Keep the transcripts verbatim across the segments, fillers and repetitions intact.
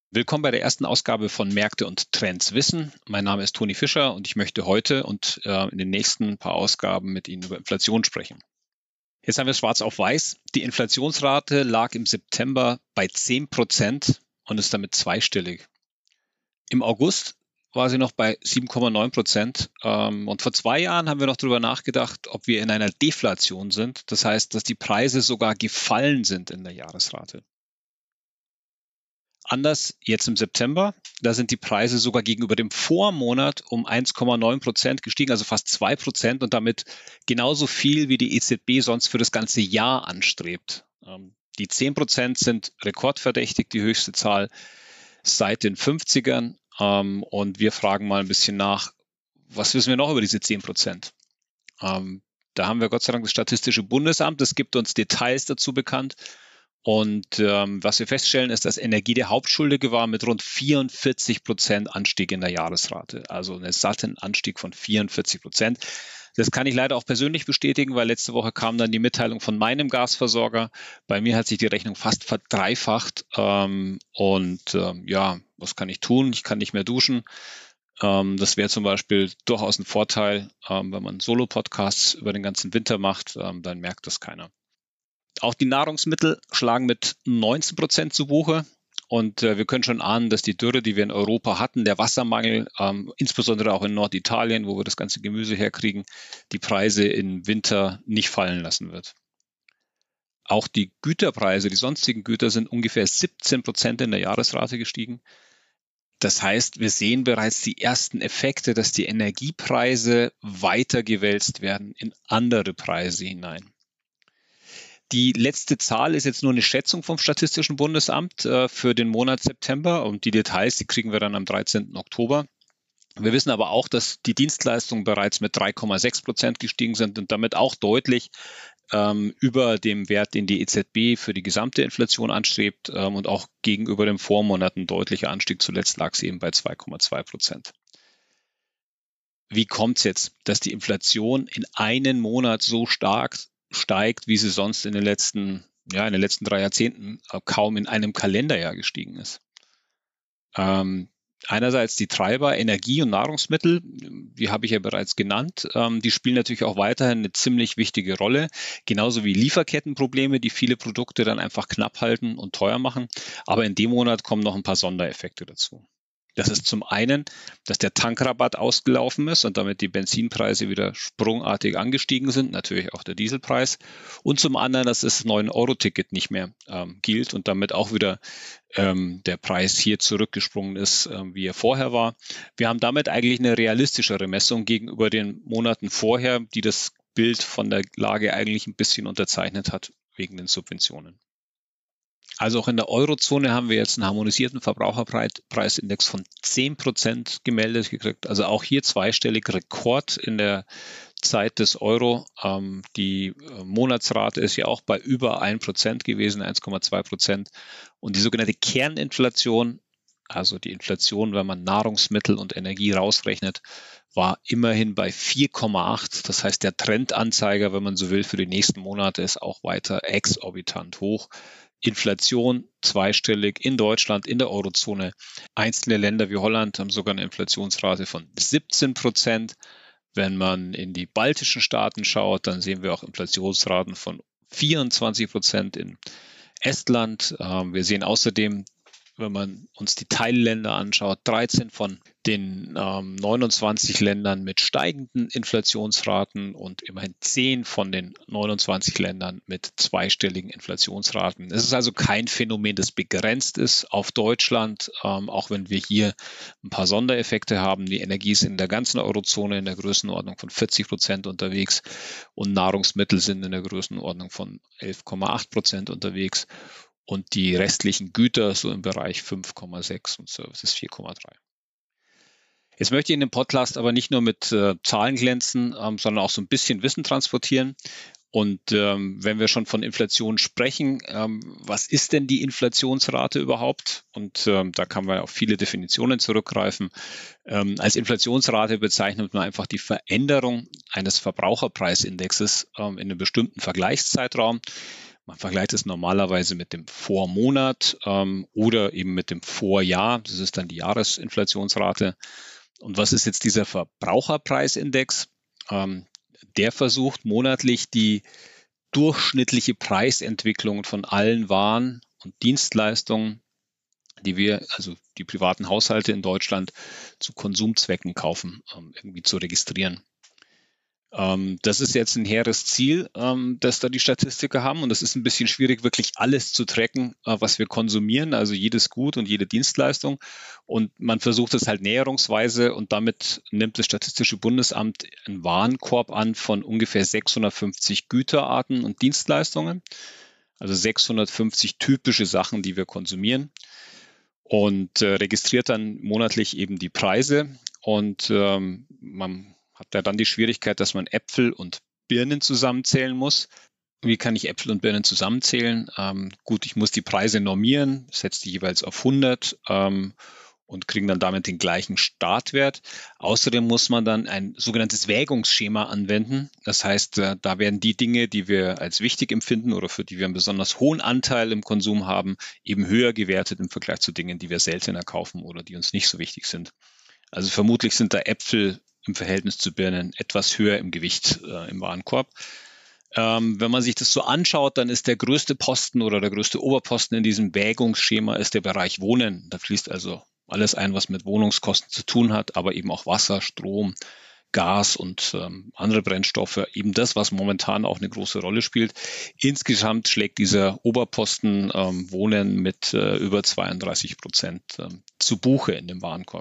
Willkommen bei der ersten Ausgabe von Märkte und Trends wissen. Mein Name ist Toni Fischer und ich möchte heute und äh, in den nächsten paar Ausgaben mit Ihnen über Inflation sprechen. Jetzt haben wir es schwarz auf weiß. Die Inflationsrate lag im September bei zehn Prozent und ist damit zweistellig. Im August war sie noch bei sieben Komma neun Prozent. Ähm, und vor zwei Jahren haben wir noch darüber nachgedacht, ob wir in einer Deflation sind. Das heißt, dass die Preise sogar gefallen sind in der Jahresrate. Anders jetzt im September, da sind die Preise sogar gegenüber dem Vormonat um eins Komma neun Prozent gestiegen, also fast zwei Prozent und damit genauso viel, wie die E Z B sonst für das ganze Jahr anstrebt. Die zehn Prozent sind rekordverdächtig, die höchste Zahl seit den fünfzigern. Und wir fragen mal ein bisschen nach, was wissen wir noch über diese zehn Prozent? Da haben wir Gott sei Dank das Statistische Bundesamt, das gibt uns Details dazu bekannt. Und ähm, was wir feststellen, ist, dass Energie der Hauptschuldige war mit rund vierundvierzig Prozent Anstieg in der Jahresrate. Also einen satten Anstieg von vierundvierzig Prozent. Das kann ich leider auch persönlich bestätigen, weil letzte Woche kam dann die Mitteilung von meinem Gasversorger. Bei mir hat sich die Rechnung fast verdreifacht. Ähm, und ähm, ja, was kann ich tun? Ich kann nicht mehr duschen. Ähm, das wäre zum Beispiel durchaus ein Vorteil, ähm, wenn man Solo-Podcasts über den ganzen Winter macht, ähm, dann merkt das keiner. Auch die Nahrungsmittel schlagen mit neunzehn Prozent zu Buche. Und äh, wir können schon ahnen, dass die Dürre, die wir in Europa hatten, der Wassermangel, ähm, insbesondere auch in Norditalien, wo wir das ganze Gemüse herkriegen, die Preise im Winter nicht fallen lassen wird. Auch die Güterpreise, die sonstigen Güter, sind ungefähr siebzehn Prozent in der Jahresrate gestiegen. Das heißt, wir sehen bereits die ersten Effekte, dass die Energiepreise weitergewälzt werden in andere Preise hinein. Die letzte Zahl ist jetzt nur eine Schätzung vom Statistischen Bundesamt äh, für den Monat September und die Details, die kriegen wir dann am dreizehnten Oktober. Wir wissen aber auch, dass die Dienstleistungen bereits mit drei Komma sechs Prozent gestiegen sind und damit auch deutlich ähm, über dem Wert, den die E Z B für die gesamte Inflation anstrebt ähm, und auch gegenüber dem Vormonat ein deutlicher Anstieg. Zuletzt lag es eben bei zwei Komma zwei Prozent. Wie kommt es jetzt, dass die Inflation in einem Monat so stark steigt, wie sie sonst in den letzten, ja, in den letzten drei Jahrzehnten kaum in einem Kalenderjahr gestiegen ist? Ähm, einerseits die Treiber, Energie und Nahrungsmittel, die habe ich ja bereits genannt, ähm, die spielen natürlich auch weiterhin eine ziemlich wichtige Rolle, genauso wie Lieferkettenprobleme, die viele Produkte dann einfach knapp halten und teuer machen. Aber in dem Monat kommen noch ein paar Sondereffekte dazu. Das ist zum einen, dass der Tankrabatt ausgelaufen ist und damit die Benzinpreise wieder sprungartig angestiegen sind, natürlich auch der Dieselpreis. Und zum anderen, dass das neun Euro Ticket nicht mehr ähm, gilt und damit auch wieder ähm, der Preis hier zurückgesprungen ist, ähm, wie er vorher war. Wir haben damit eigentlich eine realistischere Messung gegenüber den Monaten vorher, die das Bild von der Lage eigentlich ein bisschen unterzeichnet hat wegen den Subventionen. Also auch in der Eurozone haben wir jetzt einen harmonisierten Verbraucherpreisindex von zehn Prozent gemeldet gekriegt. Also auch hier zweistellig Rekord in der Zeit des Euro. Ähm, die Monatsrate ist ja auch bei über ein Prozent gewesen, eins Komma zwei Prozent. Und die sogenannte Kerninflation, also die Inflation, wenn man Nahrungsmittel und Energie rausrechnet, war immerhin bei vier Komma acht. Das heißt, der Trendanzeiger, wenn man so will, für die nächsten Monate ist auch weiter exorbitant hoch. Inflation zweistellig in Deutschland, in der Eurozone. Einzelne Länder wie Holland haben sogar eine Inflationsrate von siebzehn Prozent. Wenn man in die baltischen Staaten schaut, dann sehen wir auch Inflationsraten von vierundzwanzig Prozent in Estland. Wir sehen außerdem, wenn man uns die Teilländer anschaut, dreizehn von den ähm, neunundzwanzig Ländern mit steigenden Inflationsraten und immerhin zehn von den neunundzwanzig Ländern mit zweistelligen Inflationsraten. Es ist also kein Phänomen, das begrenzt ist auf Deutschland, ähm, auch wenn wir hier ein paar Sondereffekte haben. Die Energie ist in der ganzen Eurozone in der Größenordnung von vierzig Prozent unterwegs und Nahrungsmittel sind in der Größenordnung von elf Komma acht Prozent unterwegs. Und die restlichen Güter so im Bereich fünf Komma sechs und Services vier Komma drei. Jetzt möchte ich in dem Podcast aber nicht nur mit äh, Zahlen glänzen, ähm, sondern auch so ein bisschen Wissen transportieren. Und ähm, wenn wir schon von Inflation sprechen, ähm, was ist denn die Inflationsrate überhaupt? Und ähm, da kann man auf viele Definitionen zurückgreifen. Ähm, als Inflationsrate bezeichnet man einfach die Veränderung eines Verbraucherpreisindexes ähm, in einem bestimmten Vergleichszeitraum. Man vergleicht es normalerweise mit dem Vormonat ähm, oder eben mit dem Vorjahr. Das ist dann die Jahresinflationsrate. Und was ist jetzt dieser Verbraucherpreisindex? Ähm, der versucht monatlich die durchschnittliche Preisentwicklung von allen Waren und Dienstleistungen, die wir, also die privaten Haushalte in Deutschland, zu Konsumzwecken kaufen, ähm, irgendwie zu registrieren. Ähm, das ist jetzt ein hehres Ziel, ähm, das da die Statistiker haben. Und das ist ein bisschen schwierig, wirklich alles zu tracken, äh, was wir konsumieren, also jedes Gut und jede Dienstleistung. Und man versucht es halt näherungsweise und damit nimmt das Statistische Bundesamt einen Warenkorb an von ungefähr sechshundertfünfzig Güterarten und Dienstleistungen. Also sechshundertfünfzig typische Sachen, die wir konsumieren. Und äh, registriert dann monatlich eben die Preise. Und ähm, man hat ja dann die Schwierigkeit, dass man Äpfel und Birnen zusammenzählen muss. Wie kann ich Äpfel und Birnen zusammenzählen? Ähm, gut, ich muss die Preise normieren, setze die jeweils auf hundert ähm, und kriege dann damit den gleichen Startwert. Außerdem muss man dann ein sogenanntes Wägungsschema anwenden. Das heißt, äh, da werden die Dinge, die wir als wichtig empfinden oder für die wir einen besonders hohen Anteil im Konsum haben, eben höher gewertet im Vergleich zu Dingen, die wir seltener kaufen oder die uns nicht so wichtig sind. Also vermutlich sind da Äpfel im Verhältnis zu Birnen etwas höher im Gewicht äh, im Warenkorb. Ähm, wenn man sich das so anschaut, dann ist der größte Posten oder der größte Oberposten in diesem Wägungsschema ist der Bereich Wohnen. Da fließt also alles ein, was mit Wohnungskosten zu tun hat, aber eben auch Wasser, Strom, Gas und ähm, andere Brennstoffe, eben das, was momentan auch eine große Rolle spielt. Insgesamt schlägt dieser Oberposten ähm, Wohnen mit äh, über zweiunddreißig Prozent ähm, zu Buche in dem Warenkorb.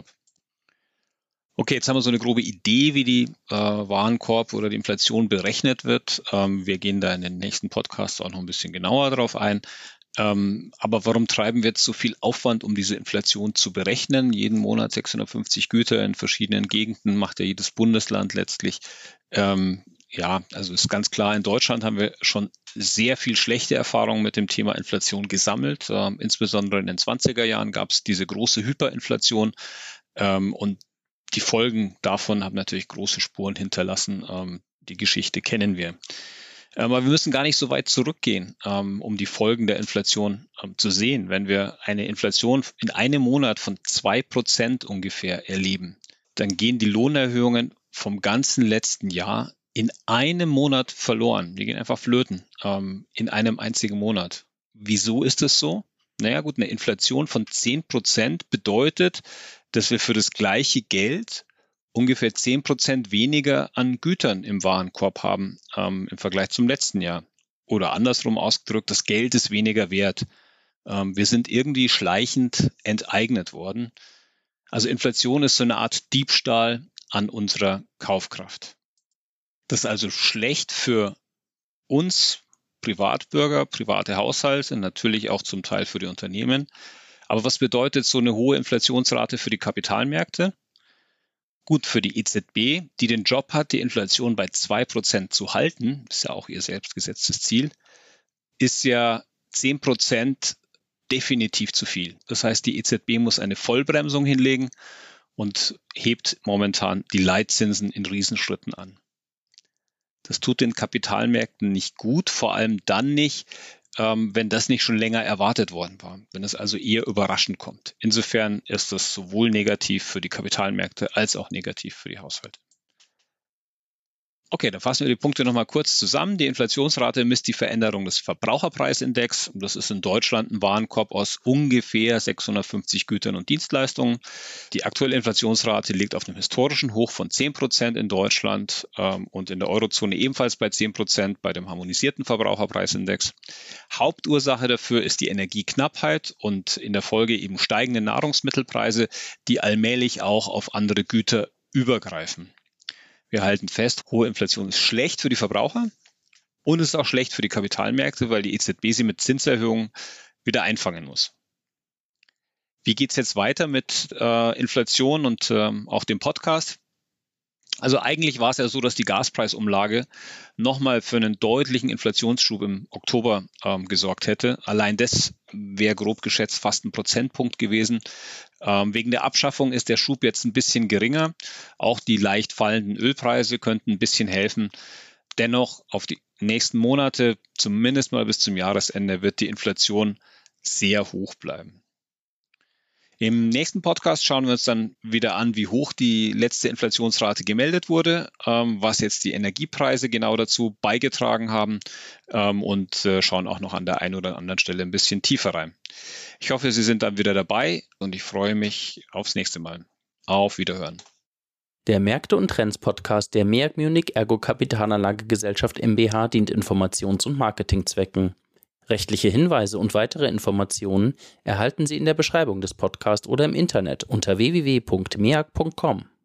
Okay, jetzt haben wir so eine grobe Idee, wie die äh, Warenkorb oder die Inflation berechnet wird. Ähm, wir gehen da in den nächsten Podcasts auch noch ein bisschen genauer drauf ein. Ähm, aber warum treiben wir jetzt so viel Aufwand, um diese Inflation zu berechnen? Jeden Monat sechshundertfünfzig Güter in verschiedenen Gegenden, macht ja jedes Bundesland letztlich. Ähm, ja, also ist ganz klar, in Deutschland haben wir schon sehr viel schlechte Erfahrungen mit dem Thema Inflation gesammelt. Ähm, insbesondere in den zwanziger Jahren gab es diese große Hyperinflation. Ähm, und die Folgen davon haben natürlich große Spuren hinterlassen. Ähm, die Geschichte kennen wir. Aber wir müssen gar nicht so weit zurückgehen, ähm, um die Folgen der Inflation ähm, zu sehen. Wenn wir eine Inflation in einem Monat von zwei Prozent ungefähr erleben, dann gehen die Lohnerhöhungen vom ganzen letzten Jahr in einem Monat verloren. Die gehen einfach flöten ähm, in einem einzigen Monat. Wieso ist es so? Naja gut, eine Inflation von zehn Prozent bedeutet, dass wir für das gleiche Geld ungefähr zehn Prozent weniger an Gütern im Warenkorb haben ähm, im Vergleich zum letzten Jahr. Oder andersrum ausgedrückt, das Geld ist weniger wert. Ähm, wir sind irgendwie schleichend enteignet worden. Also Inflation ist so eine Art Diebstahl an unserer Kaufkraft. Das ist also schlecht für uns Privatbürger, private Haushalte, natürlich auch zum Teil für die Unternehmen. Aber was bedeutet so eine hohe Inflationsrate für die Kapitalmärkte? Gut, für die E Z B, die den Job hat, die Inflation bei zwei Prozent zu halten, ist ja auch ihr selbstgesetztes Ziel, ist ja zehn Prozent definitiv zu viel. Das heißt, die E Z B muss eine Vollbremsung hinlegen und hebt momentan die Leitzinsen in Riesenschritten an. Das tut den Kapitalmärkten nicht gut, vor allem dann nicht, ähm, wenn das nicht schon länger erwartet worden war, wenn es also eher überraschend kommt. Insofern ist das sowohl negativ für die Kapitalmärkte als auch negativ für die Haushalte. Okay, dann fassen wir die Punkte nochmal kurz zusammen. Die Inflationsrate misst die Veränderung des Verbraucherpreisindex. Das ist in Deutschland ein Warenkorb aus ungefähr sechshundertfünfzig Gütern und Dienstleistungen. Die aktuelle Inflationsrate liegt auf einem historischen Hoch von zehn Prozent in Deutschland ähm, und in der Eurozone ebenfalls bei zehn Prozent bei dem harmonisierten Verbraucherpreisindex. Hauptursache dafür ist die Energieknappheit und in der Folge eben steigende Nahrungsmittelpreise, die allmählich auch auf andere Güter übergreifen. Wir halten fest, hohe Inflation ist schlecht für die Verbraucher und ist auch schlecht für die Kapitalmärkte, weil die E Z B sie mit Zinserhöhungen wieder einfangen muss. Wie geht es jetzt weiter mit äh, Inflation und ähm, auch dem Podcast? Also eigentlich war es ja so, dass die Gaspreisumlage nochmal für einen deutlichen Inflationsschub im Oktober ähm, gesorgt hätte. Allein das wäre grob geschätzt fast ein Prozentpunkt gewesen. Ähm, wegen der Abschaffung ist der Schub jetzt ein bisschen geringer. Auch die leicht fallenden Ölpreise könnten ein bisschen helfen. Dennoch auf die nächsten Monate, zumindest mal bis zum Jahresende, wird die Inflation sehr hoch bleiben. Im nächsten Podcast schauen wir uns dann wieder an, wie hoch die letzte Inflationsrate gemeldet wurde, ähm, was jetzt die Energiepreise genau dazu beigetragen haben ähm, und äh, schauen auch noch an der einen oder anderen Stelle ein bisschen tiefer rein. Ich hoffe, Sie sind dann wieder dabei und ich freue mich aufs nächste Mal. Auf Wiederhören. Der Märkte und Trends Podcast der MEAG Munich Ergo Kapitalanlagegesellschaft MbH dient Informations- und Marketingzwecken. Rechtliche Hinweise und weitere Informationen erhalten Sie in der Beschreibung des Podcasts oder im Internet unter w w w punkt meag punkt com.